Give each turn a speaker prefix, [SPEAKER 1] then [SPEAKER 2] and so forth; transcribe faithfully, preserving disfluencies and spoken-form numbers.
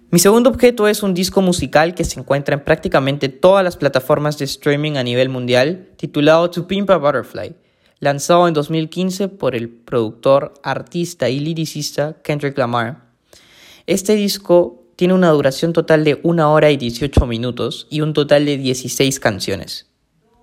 [SPEAKER 1] Mi segundo objeto es un disco musical que se encuentra en prácticamente todas las plataformas de streaming a nivel mundial, titulado To Pimp a Butterfly, lanzado en dos mil quince por el productor, artista y liricista Kendrick Lamar. Este disco tiene una duración total de una hora y dieciocho minutos y un total de dieciséis canciones.